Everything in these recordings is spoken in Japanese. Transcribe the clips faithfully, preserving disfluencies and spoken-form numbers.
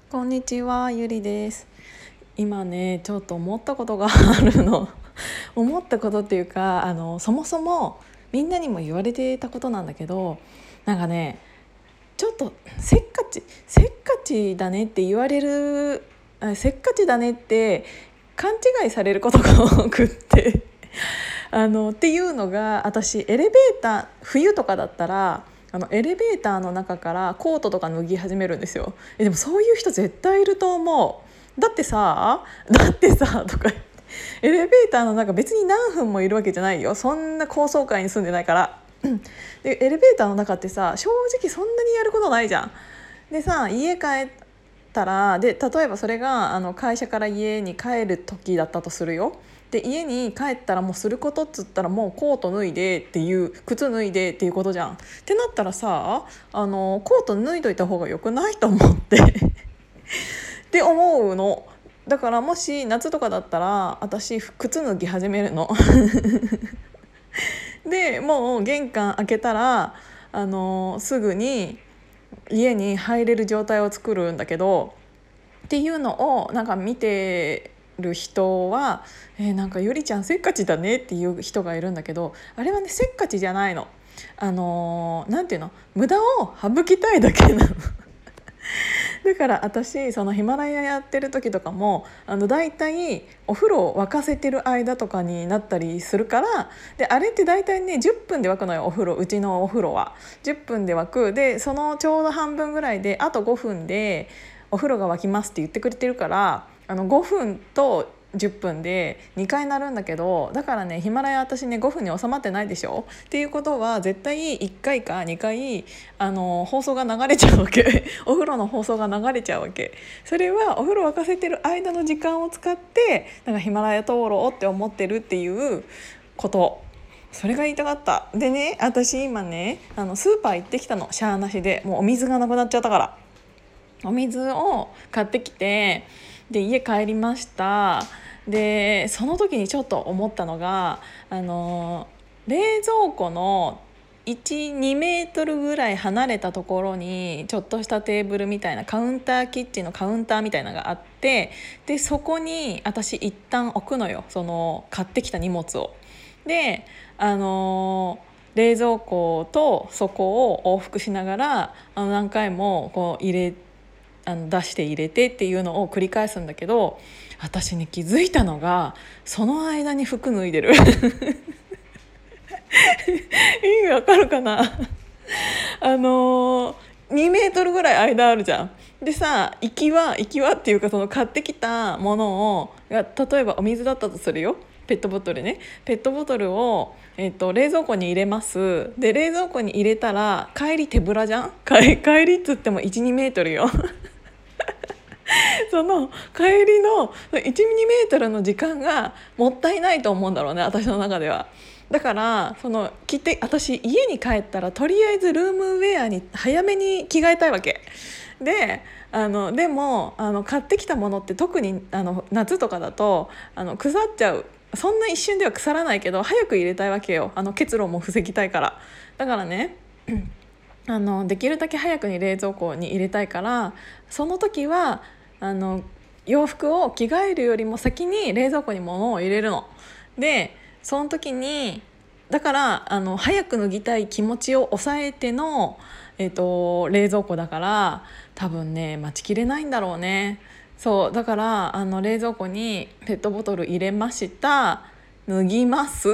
こんにちは、ゆりです。今ね、ちょっと思ったことがあるの。思ったことっていうか、あのそもそもみんなにも言われていたことなんだけど、なんかね、ちょっとせっかちせっかちだねって言われる、あせっかちだねって勘違いされることが多くって。あのっていうのが、私エレベーター冬とかだったらあのエレベーターの中からコートとか脱ぎ始めるんですよ。えでもそういう人絶対いると思う。だってさだってさとかエレベーターの中別に何分もいるわけじゃないよ。そんな高層階に住んでないから。でエレベーターの中ってさ、正直そんなにやることないじゃん。でさ、家帰ったらで例えばそれがあの会社から家に帰る時だったとするよ。で家に帰ったらもうすることっつったら、もうコート脱いでっていう靴脱いでっていうことじゃん。ってなったらさ、あのコート脱いどいた方がよくないと思ってって思うの。だからもし夏とかだったら私靴脱ぎ始めるのでもう玄関開けたらあのすぐに家に入れる状態を作るんだけど、っていうのをなんか見てる人は、えー、なんかゆりちゃんせっかちだねっていう人がいるんだけど、あれはねせっかちじゃないの。あのー、なんていうの、無駄を省きたいだけなの。だから私そのヒマラヤやってる時とかもあのだいたいお風呂を沸かせてる間とかになったりするから。であれってだいたいねじゅっぷんで沸くのよ、お風呂。うちのお風呂はじゅっぷんで沸く。でそのちょうど半分ぐらいであとごふんでお風呂が沸きますって言ってくれてるから、あのごふんとじゅっぷんでにかいなるんだけど、だからねヒマラヤ私ねごふんに収まってないでしょ。っていうことは絶対いっかいかにかいあの放送が流れちゃうわけ。お風呂の放送が流れちゃうわけ。それはお風呂沸かせてる間の時間を使ってなんかヒマラヤ通ろうって思ってるっていうこと、それが言いたかった。でね、私今ねあのスーパー行ってきたの、しゃーなしで。もうお水がなくなっちゃったから、お水を買ってきて、で家帰りました。でその時にちょっと思ったのが、あの冷蔵庫のいち、にメートルぐらい離れたところにちょっとしたテーブルみたいな、カウンターキッチンのカウンターみたいなのがあって、でそこに私一旦置くのよ、その買ってきた荷物を。であの冷蔵庫とそこを往復しながらあの何回もこう入れあの出して入れてっていうのを繰り返すんだけど、私に気づいたのがその間に服脱いでる。意味わかるかな。あのー、にメートルぐらい間あるじゃん。でさ、行きは行きはっていうか、その買ってきたものを例えばお水だったとするよ、ペットボトルね。ペットボトルを、えっと、冷蔵庫に入れます。で冷蔵庫に入れたら帰り手ぶらじゃん。帰帰りっつってもいち、にメートルよ。その帰りのいち、にメートルの時間がもったいないと思うんだろうね、私の中では。だからその着て私家に帰ったらとりあえずルームウェアに早めに着替えたいわけで、あのでもあの買ってきたものって特にあの夏とかだとあの腐っちゃう。そんな一瞬では腐らないけど早く入れたいわけよ、あの結露も防ぎたいから。だからね、あのできるだけ早くに冷蔵庫に入れたいから、その時はあの洋服を着替えるよりも先に冷蔵庫に物を入れるの。でその時にだからあの早く脱ぎたい気持ちを抑えての、えーと、冷蔵庫だから、多分ね待ちきれないんだろうね。そうだからあの冷蔵庫にペットボトル入れました。脱ぎます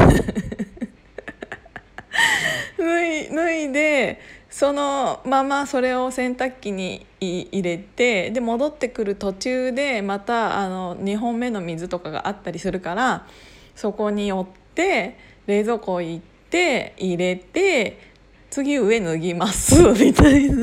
脱い脱いでそのままそれを洗濯機に入れて、で戻ってくる途中でまたあのにほんめの水とかがあったりするから、そこに寄って冷蔵庫行って入れて次上脱ぎますみたいな。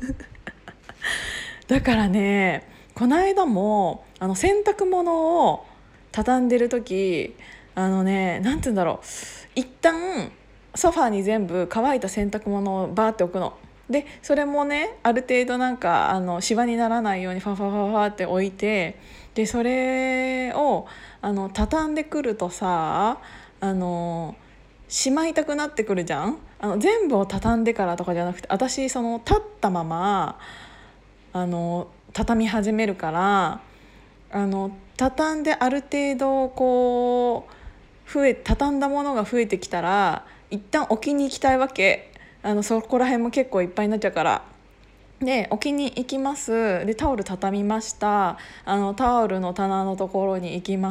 だからね、この間もあの洗濯物を畳んでる時、あのねなんて言うんだろう、一旦ソファーに全部乾いた洗濯物をバーって置くの。でそれもねある程度なんかあのシワにならないようにファファファファって置いて、でそれをあの畳んでくるとさ、あのしまいたくなってくるじゃん。あの全部を畳んでからとかじゃなくて、私その立ったままあの畳み始めるから、あの畳んである程度こう増え畳んだものが増えてきたら一旦置きに行きたいわけ。あのそこら辺も結構いっぱいになっちゃうから。で置きに行きます。でタオル畳みました。あのタオルの棚のところに行きます。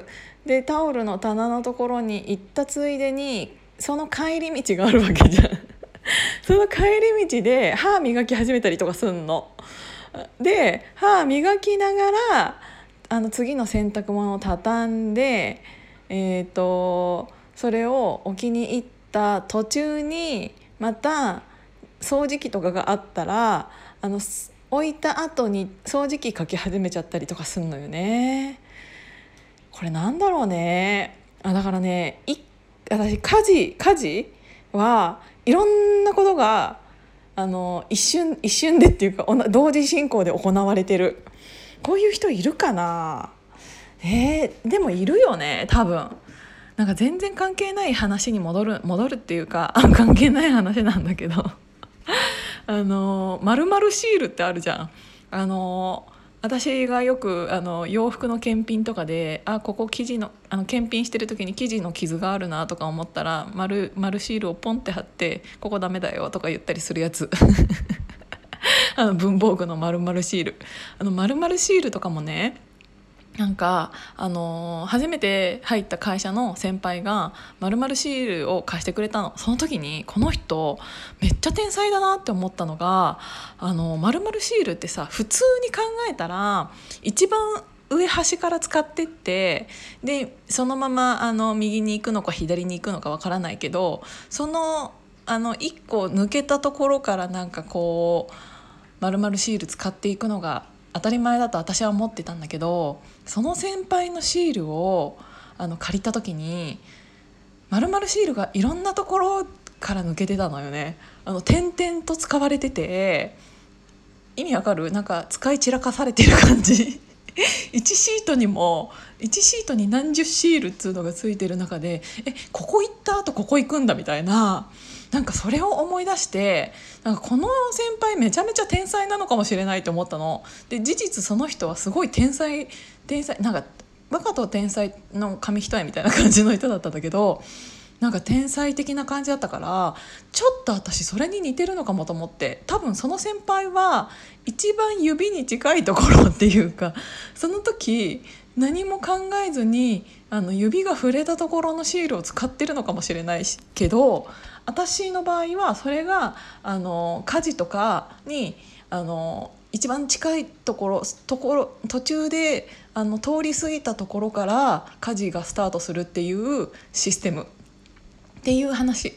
でタオルの棚のところに行ったついでにその帰り道があるわけじゃんその帰り道で歯磨き始めたりとかすんの。で歯磨きながらあの次の洗濯物を畳んで、えーとそれを置きに行った途中にまた掃除機とかがあったらあの置いた後に掃除機かけ始めちゃったりとかすんのよね。これなんだろうね。あだからねい私家事家事はいろんなことがあの一瞬一瞬でっていうか同時進行で行われてる。こういう人いるかな。えー、でもいるよね多分。なんか全然関係ない話に戻る戻るっていうか関係ない話なんだけどあの〇〇シールってあるじゃん。あの私がよくあの洋服の検品とかであここ生地のあの検品してる時に生地の傷があるなとか思ったら丸丸シールをポンって貼ってここダメだよとか言ったりするやつあの文房具の丸々シールあの丸々シールとかもねなんか、あのー、初めて入った会社の先輩が丸々シールを貸してくれたの。その時にこの人めっちゃ天才だなって思ったのが、あの丸々シールってさ普通に考えたら一番上端から使ってってでそのままあの右に行くのか左に行くのかわからないけどそのあのいっこ抜けたところからなんかこう丸々シール使っていくのが当たり前だと私は思ってたんだけど、その先輩のシールをあの借りた時に丸々シールがいろんなところから抜けてたのよね。あの点々と使われてて意味わかる？なんか使い散らかされてる感じいちシートにもいちシートに何十シールっつうのがついてる中でえここ行った後ここ行くんだみたいな、なんかそれを思い出してなんかこの先輩めちゃめちゃ天才なのかもしれないと思ったの。で事実その人はすごい天才天才なんかバカと天才の紙一重みたいな感じの人だったんだけど、なんか天才的な感じだったからちょっと私それに似てるのかもと思って、多分その先輩は一番指に近いところっていうかその時何も考えずにあの指が触れたところのシールを使ってるのかもしれないけど、私の場合はそれがあの家事とかにあの一番近いところところ途中であの通り過ぎたところから家事がスタートするっていうシステムっていう話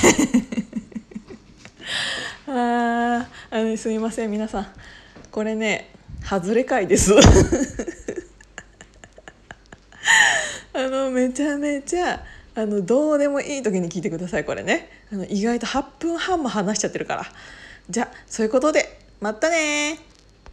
あーあのすみません皆さんこれね外れ回ですあのめちゃめちゃあのどうでもいい時に聞いてください。これねあの意外とはっぷんはんも話しちゃってるから。じゃあそういうことでまたね。